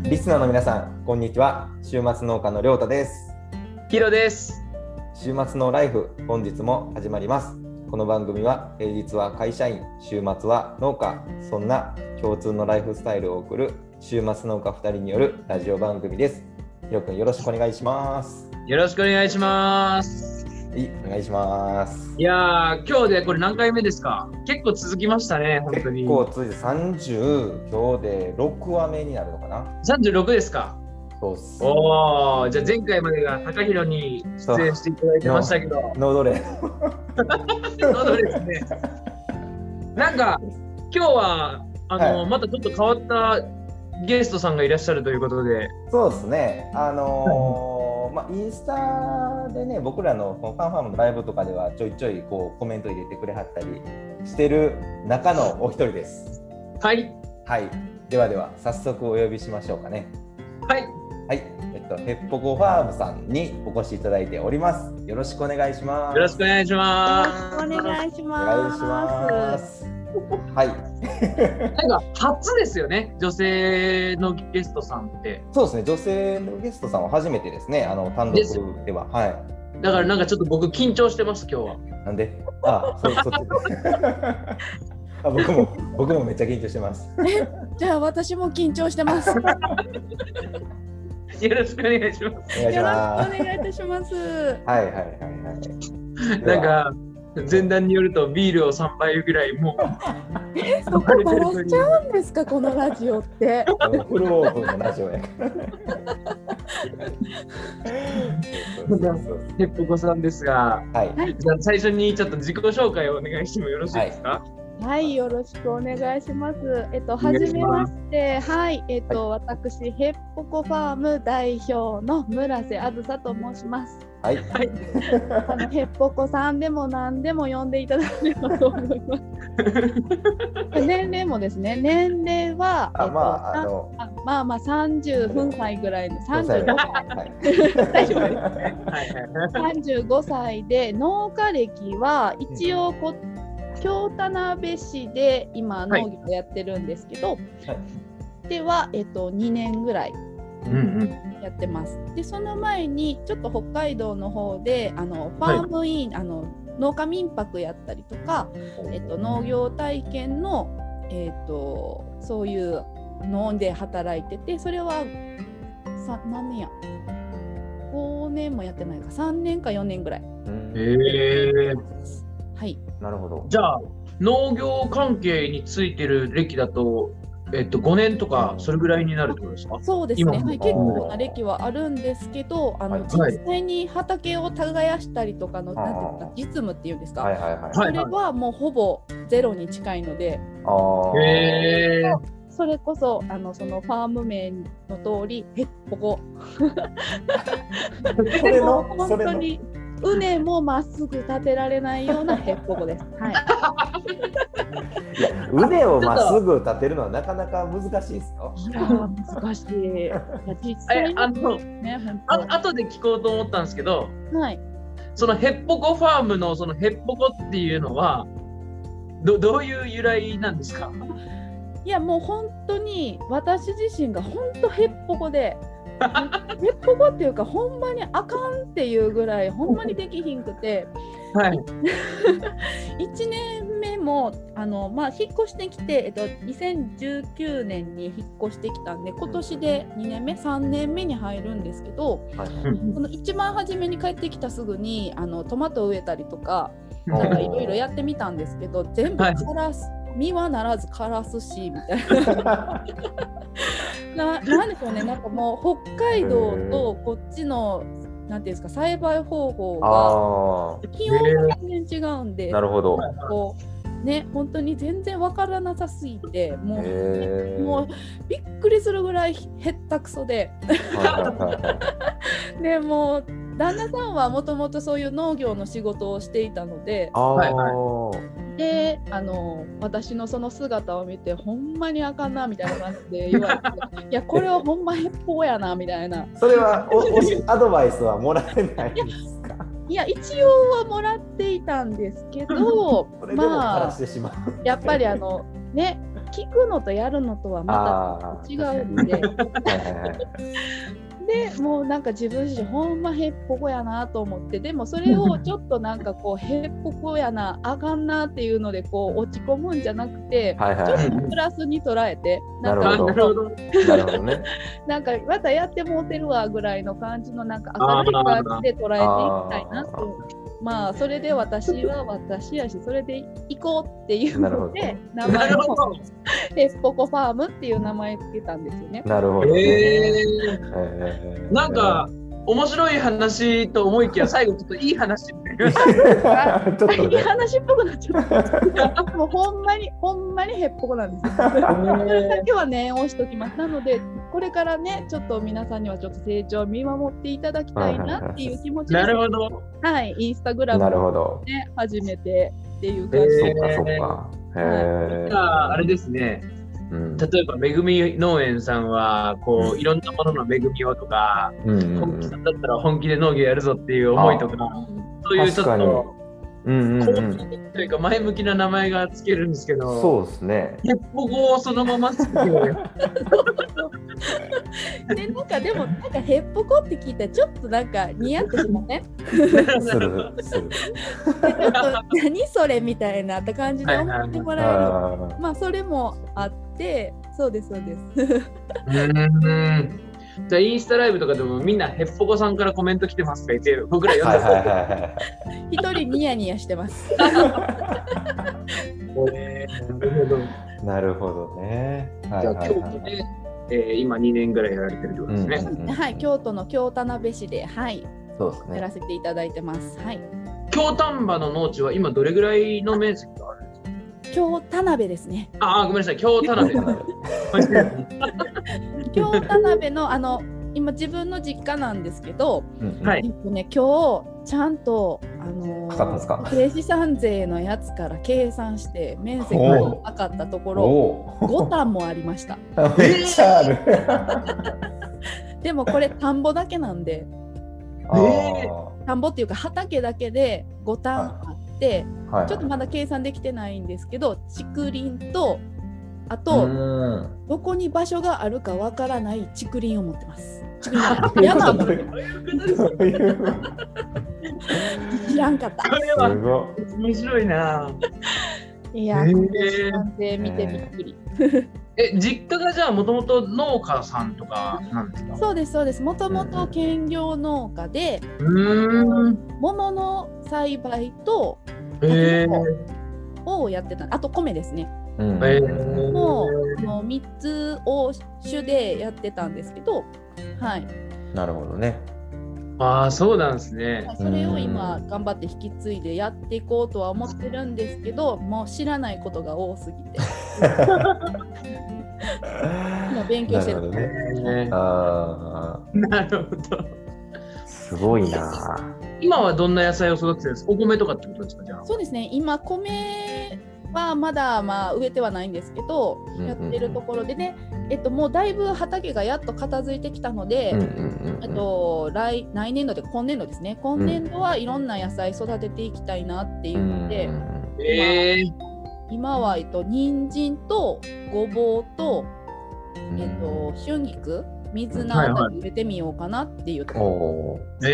リスナーの皆さん、こんにちは。週末農家のりょうたです。 ヒロです。 週末のライフ、本日も始まります。この番組は平日は会社員、週末は農家、そんな共通のライフスタイルを送る週末農家2人によるラジオ番組です。ひろくん、よろしくお願いします。 よろしくお願いします。 お願いします。 いやー、今日でこれ何回目ですか？結構続きましたね、本当に。 結構続いて30、今日で6話目になるのかな。 36ですか？ そうっす。 おー、じゃあ前回までが高弘に出演していただいてましたけど。 ノードレ。 ノードレですね。なんか、今日はまたちょっと変わったゲストさんがいらっしゃるということで。 そうですね。インスタでね、僕らのファンファームのライブとかではちょいちょいこうコメント入れてくれはったりしてる中のお一人です。 はい。 はい。では早速お呼びしましょうかね。 はい。 はい。ヘッポコファームさんにお越しいただいております。よろしくお願いします。 よろしくお願いします。 お願いします。 お願いします。はい。 なんか初ですよね、女性のゲストさんって。 そうですね、女性のゲストさんは初めてですね、単独では。はい。 だからなんかちょっと僕緊張してます、今日は。 なんで？そっち。僕もめっちゃ緊張してます。 じゃあ私も緊張してます。 よろしくお願いします。 よろしくお願いいたします。 はい。 なんか前段によるとビールを3杯ぐらいもうそこバラしちゃうんですか、このラジオって。 フルオープンのラジオやからヘッポコさんですが、 はい、 じゃあ最初にちょっと自己紹介をお願いしてもよろしいですか？ はい、よろしくお願いします。はじめまして、はい、私ヘッポコファーム代表の村瀬あずさと申します。 はい。 ヘッポコさんでも何でも呼んでいただければと思います。年齢もですね、年齢は30分歳ぐらいの35歳で、農家歴は一応京田辺市で今農業をやってるんですけど、では、2年ぐらいやってます。でその前にちょっと北海道の方でファームイン、農家民泊やったりとか、農業体験の、そういうので働いてて、それは何年や5年もやってないか、3年か4年ぐらい。はい。 なるほど。 じゃあ農業関係についてる歴だと、5年とかそれぐらいになるってことですか？ そうですね、はい、結構な歴はあるんですけど、実際に畑を耕したりとかのなんていうか実務っていうんですか、それはもうほぼゼロに近いので、それこそそのファーム名の通りヘッポコ本当に畝もまっすぐ立てられないようなヘッポコです。はい。 いや、畝をまっすぐ立てるのはなかなか難しいですよ。 難しい。実際後で聞こうと思ったんですけど、 はい。 そのヘッポコファームのそのヘッポコっていうのはどういう由来なんですか？ いや、もう本当に私自身が本当ヘッポコで。ヘッポコっていうか、ほんまにあかんっていうぐらいほんまにできひんくて、 はい、 1年目も引っ越してきて、2019年に引っ越してきたんで、今年で2年目3年目に入るんですけど、その一番初めに帰ってきたすぐにトマト植えたりとかいろいろやってみたんですけど、全部実はならずカラスしみたいななんでしょうね、なんかもう北海道とこっちのなんていうんですか、栽培方法が気温が全然違うんで、 なるほど。 こうね、本当に全然わからなさすぎて、もうびっくりするぐらいへったくそででもう旦那さんはもともとそういう農業の仕事をしていたので、で私のその姿を見てほんまにあかんなみたいな感じで言われていやこれはほんまヘッポコやなみたいな。 それはアドバイスはもらえないんですか？ いや一応はもらっていたんですけどそれでも枯らしてしまう、 やっぱりね聞くのとやるのとはまた違うので、 はいはいはいでもうなんか自分自身ほんまへっぽこやなと思って、でもそれをちょっとなんかこうへっぽこやなあかんなっていうのでこう落ち込むんじゃなくて、 はいはいはいちょっとプラスに捉えて、 なるほどなるほど。 なるほどね。 なんかまたやってもうてるわぐらいの感じのなんか明るい感じで捉えていきたいなと。まあそれで私は私やし、それで行こうっていうので名前をへっぽこファームっていう名前つけたんですよね。 なるほどね。 なんか面白い話と思いきや最後ちょっといい話になりましたちょっといいね。 話っぽくなっちゃった。もうほんまにへっぽこなんですよ。それだけは念をしときます。なのでこれからねちょっと皆さんにはちょっと成長を見守っていただきたいなっていう気持ちで、 なるほど。 はい、インスタグラムなるほをど。 ね始めてっていう感じで、 そうかそうか。へじゃああれですね。 うん例えばめぐみ農園さんはこういろんなものの恵みをとか、本気さんだったら本気で農業やるぞっていう思いとか、そういうちょっ確かにと肯定的というか前向きな名前がつけるんですけど、 そうですね。 へっぽこをそのままつけてでなんかでもなんかへっぽこって聞いたらちょっとなんかニヤッとしません？ するする。 ちょっと何それみたいな感じで思ってもらえる。 あまあそれもあってそうですそうです。 じゃあインスタライブとかでもみんなへっぽこさんからコメント来てますか言って僕らー読んはいではいはいはい。 一人ニヤニヤしてます。 なるほどね。はじゃあいはいは京都で、今2年ぐらいやられてるってことですね。 はい、京都の京田辺市で、はい、 い。そうですね。 やらせていただいてます。はい。 京丹波の農地は今どれぐらいの面積があるんですか？ 京田辺ですね。 ごめんなさい、京田辺。 京田辺の今自分の実家なんですけど、 はい今日ちゃんとかかったんですか？ 低資産税のやつから計算して面積が高かったところ5単もありました。 めっちゃある。 でもこれ田んぼだけなんで、田んぼっていうか畑だけで5単あって、ちょっとまだ計算できてないんですけど、竹林とあとどこに場所があるかわからない竹林を持ってます。竹林山も知らんかった。 これは面白いな。 いや、完成見てびっくり。 実家がじゃあもともと農家さんとかなんですか？ そうですそうです。もともと兼業農家で、桃の栽培とをやってた。あと米ですね。もう3つを主でやってたんですけど、はい。 なるほどね。 ああ、そうなんですね。 それを今頑張って引き継いでやっていこうとは思ってるんですけど、もう知らないことが多すぎて今勉強してる。 なるほどね。 なるほど。 すごいな。 今はどんな野菜を育ててるんですか？お米とかってことですか？じゃあ。 そうですね。今米はまだ植えてはないんですけど、やってるところでね、もうだいぶ畑がやっと片付いてきたので、来年度で今年度ですね。今年度はいろんな野菜育てていきたいなっていうので、今は人参とごぼうと春菊、水菜を植えてみようかなっていうところ。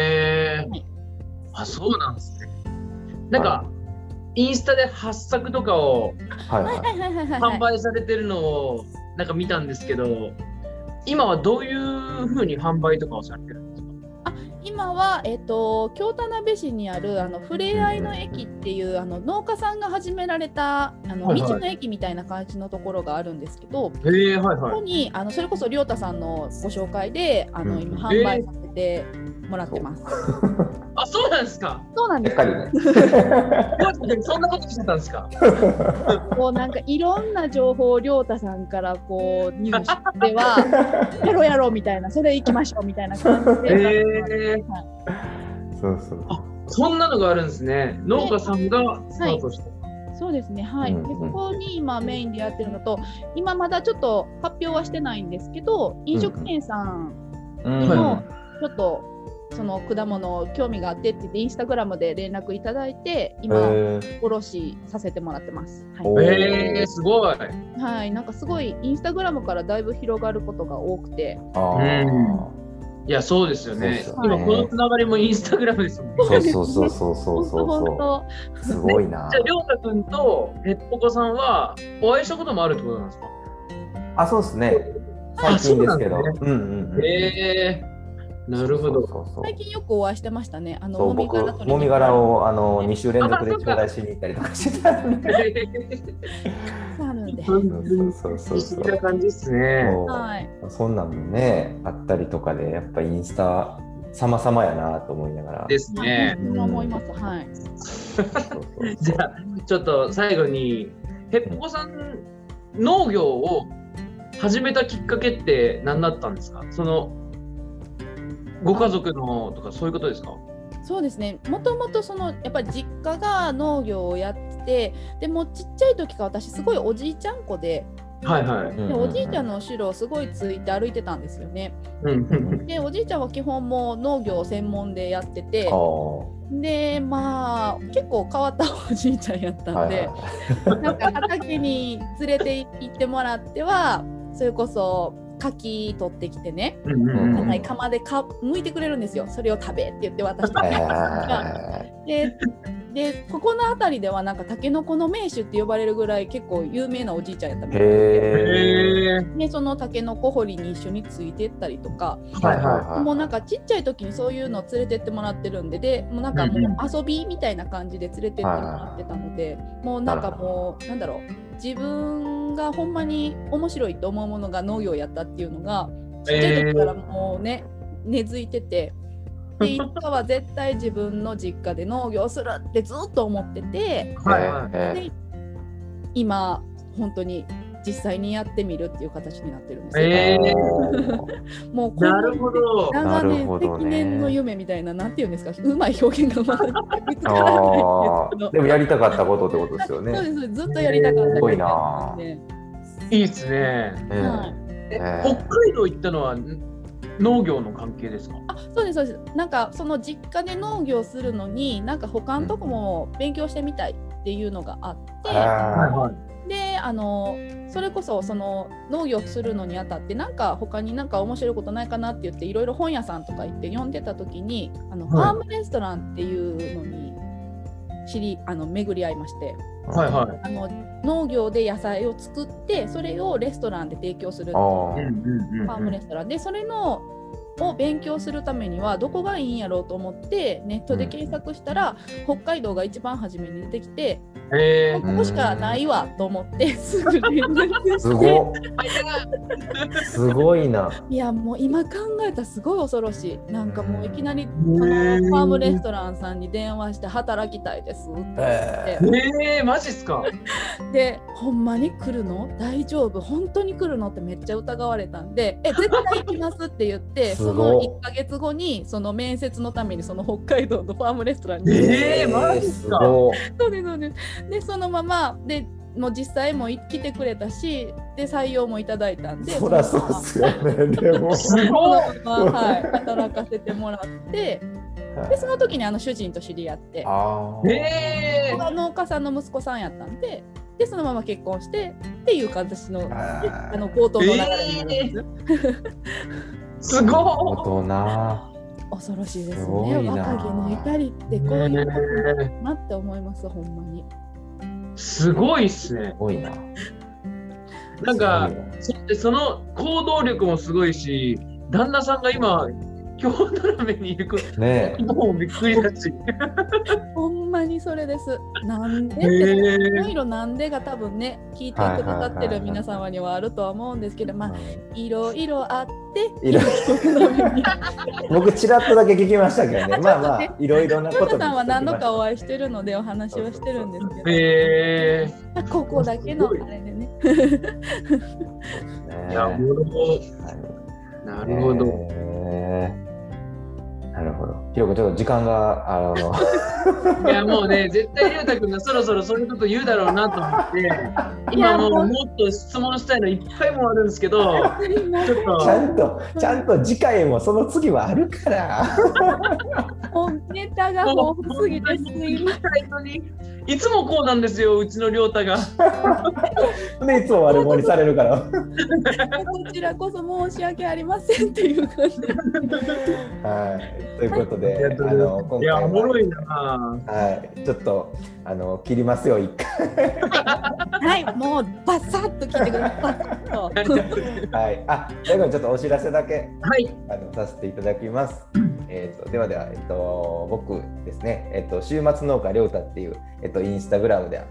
あ、そうなんですね。なんかインスタで8作とかを販売されてるのをなんか見たんですけど、今はどういうふうに販売とかをされてるんですか？ 今は、京田辺市にあるふれあいの駅っていう農家さんが始められた道の駅みたいな感じのところがあるんですけど、そこにそれこそ亮太さんのご紹介で今販売させてもらってます。 あ、そうなんですか。 そうなんです。 そんなことしてたんですか。 こうなんかいろんな情報を亮太さんからこう入手してはやろうみたいな、それ行きましょうみたいな感じで。 そうそう。 あ、そんなのがあるんですね。農家さんがスタートして。 そうですね。はい。でそこに今メインでやってるのと、今まだちょっと発表はしてないんですけど、飲食店さんにもちょっとその果物興味があってって言ってインスタグラムで連絡いただいて今卸させてもらってます。 はい、すごい。 はい、なんかすごいインスタグラムからだいぶ広がることが多くて。 いや、そうですよね。今このつながりもインスタグラムですもんね。 そうすごいな。 じゃあ亮太くんとへっぽこさんはお会いしたこともあるってことなんですか？ あ、そうですね。最近ですけど。 なるほど。 最近よくお会いしてましたね。 僕もみ殻を2週連続で頂戴しに行ったりとかしてたんで。 そうそんな感じですね。 そんなんもねあったりとかでやっぱインスタ様々やなと思いながら。 ですね。 思います。はい。 じゃあちょっと最後にへっぽこさん農業を始めたきっかけって何だったんですか？そのご家族のとかそういうことですか？ そうですね。もともとやっぱり実家が農業をやってて、でもちっちゃい時から私すごいおじいちゃん子で、でおじいちゃんの後ろをすごいついて歩いてたんですよね。でおじいちゃんは基本もう農業専門でやってて、でまあ結構変わったおじいちゃんやったんで、なんか畑に連れて行ってもらってはそれこそ柿取ってきてね、釜で剥いてくれるんですよ。それを食べって言って渡してでここの辺りではなんかタケノコの名手って呼ばれるぐらい結構有名なおじいちゃんやったみたいで、そのタケノコ掘りに一緒についてったりとか、もうなんかちっちゃい時にそういうのを連れてってもらってるんで、もうなんかもう遊びみたいな感じで連れてってもらってたので、もうなんかもうなんだろう、自分がほんまに面白いと思うものが農業やったっていうのがちっちゃい時からもうね、根付いてて、でいつかは絶対自分の実家で農業するってずっと思ってて、で今本当に実際にやってみるっていう形になってるんですよ。もうこなるほど、 長年積年の夢みたいな、なんていうんですか、うまい表現がまだ見つからないんですけど、 でもやりたかったことってことですよね。 そうです、ずっとやりたかったこといな。 いいですね。北海道行ったのは農業の関係ですか？ そうですそうです。なんかその実家で農業するのになんか他のとこも勉強してみたいっていうのがあって、でそれこそその農業するのにあたってなんか他になんか面白いことないかなって言っていろいろ本屋さんとか行って読んでた時にファームレストランっていうのに巡り合いまして、農業で野菜を作ってそれをレストランで提供するっていうファームレストランで、それを勉強するためにはどこがいいんやろうと思ってネットで検索したら、北海道が一番初めに出てきて、ここしかないわと思ってすぐ連絡してすごいな。 いやもう今考えたらすごい恐ろしい。なんかもういきなりファームレストランさんに電話して働きたいですって言って、マジっすか？ でほんまに来るの大丈夫本当に来るのってめっちゃ疑われたんで、絶対行きますって言ってその1ヶ月後にその面接のためにその北海道のファームレストランにマジっすか？ そうですでそのままでもう実際も来てくれたし、で採用もいただいたんで、 そりゃそうですよね。でもすごい、 働かせてもらって、でその時に主人と知り合って、農家さんの息子さんやったんで、でそのまま結婚してっていう形の冒頭の流れになるんです。 すごい。 恐ろしいですね。若気の至りってこういうことだなって思います、ほんまに。 すごいっすね。 すごいな。 なんかその行動力もすごいし、旦那さんが今京都ラーメンに行くもうびっくりだし。 ほんまにそれです。なんでっていろいろなんでが多分ね聞いてくださってる皆様にはあるとは思うんですけど、まあいろいろあって僕ちらっとだけ聞きましたけどね。まあまあいろいろなこと。 さんは何度かお会いしてるのでお話はしてるんですけど、ここだけのあれでね。 なるほど。 なるほど。ひろこちょっと時間がいやもうね、絶対りょうたくんがそろそろそういうこと言うだろうなと思って、今もうもっと質問したいのいっぱいもあるんですけど、ちょっとちゃんと次回もその次はあるから。 もうネタが豊富すぎてすいません。 いつもこうなんですよ、うちのりょうたが。 でいつも悪者にされるから。こちらこそ申し訳ありませんっていう感じ。 はい、ということで、今回は、 いやおもろいな。 はい、ちょっと切りますよ一回。 はい、もうバサッと切ってください。 はい、最後にちょっとお知らせだけ、 はい、 させていただきます。では、僕ですね、週末農家りょうたっていう、インスタグラムで、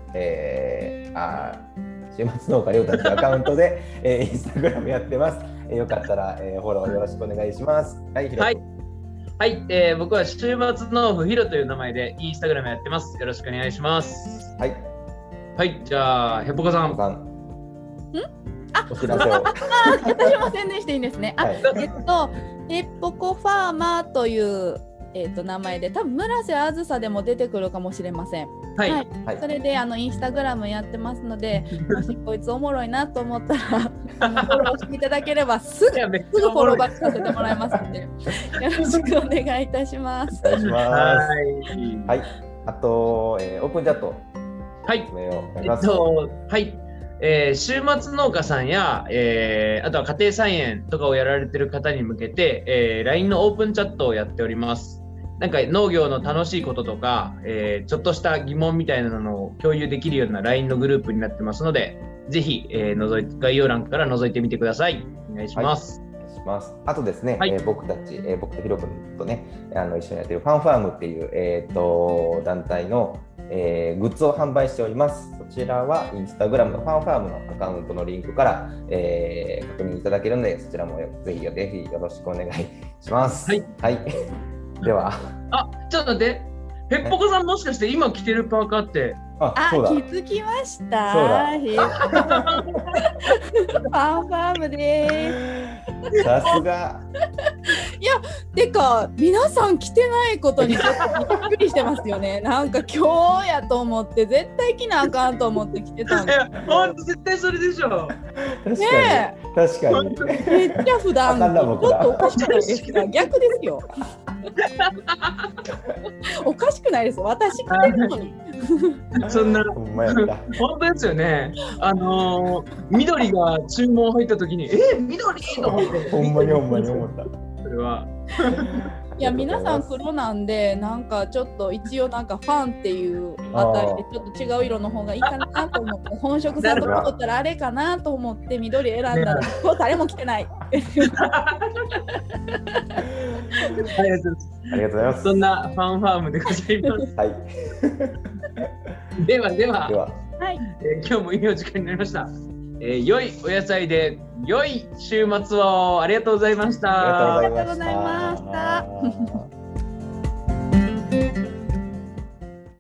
週末農家りょうたっていうアカウントで、インスタグラムやってます。よかったら、フォローよろしくお願いします。はい、ひろ。 はい、僕は週末農夫ひろという名前でインスタグラムやってます。よろしくお願いします。 はい。 はい、じゃあ、へっぽこさん。 お知らせを。 私も宣伝していいんですね。へっぽこファーマーという、名前で、多分村瀬あずさでも出てくるかもしれません。 はい。 はい、それでインスタグラムやってますので、もしこいつおもろいなと思ったらフォローしていただければすぐフォローバックさせてもらいますので、よろしくお願いいたします。 お願いします。はい。あと、オープンチャット。 はい。はい。週末農家さんや、あとは家庭菜園とかをやられてる方に向けて、LINE のオープンチャットをやっております。なんか農業の楽しいこととか、ちょっとした疑問みたいなのを共有できるような LINE のグループになってますので、ぜひ、概要欄から覗いてみてください。お願いします。 はい、お願いします。あとですね、 はい、 僕とひろくんとね、一緒にやってるファンファームっていう、団体のグッズを販売しております。そちらはインスタグラムのファンファームのアカウントのリンクから、確認いただけるので、そちらもぜひよろしくお願いします。はい。はい、では。 ちょっと待って。へっぽこさんもしかして今着てるパーカーって。 気づきました。ファンファームです。 さすが。 いや、てか皆さん着てないことにちょっとびっくりしてますよね。なんか今日やと思って絶対着なあかんと思って着てたんです。 ほんと絶対それでしょ。 確かに。 めっちゃ普段ちょっとおかしくないですか。逆ですよ。おかしくないです。私着てるのに。 そんな本当ですよね。緑が注文入った時に緑と思って。 ほんまに思った。 それは。 いや皆さん黒なんで、なんかちょっと一応なんかファンっていうあたりでちょっと違う色の方がいいかなと思って、本職さんとか取ったらあれかなと思って緑選んだら、今日誰も着てない。 ありがとうございます。 そんなファンファームでございます。 はい。 では、 はい、 今日もいいお時間になりました。良いお野菜で良い週末を。ありがとうございました。 ありがとうございました。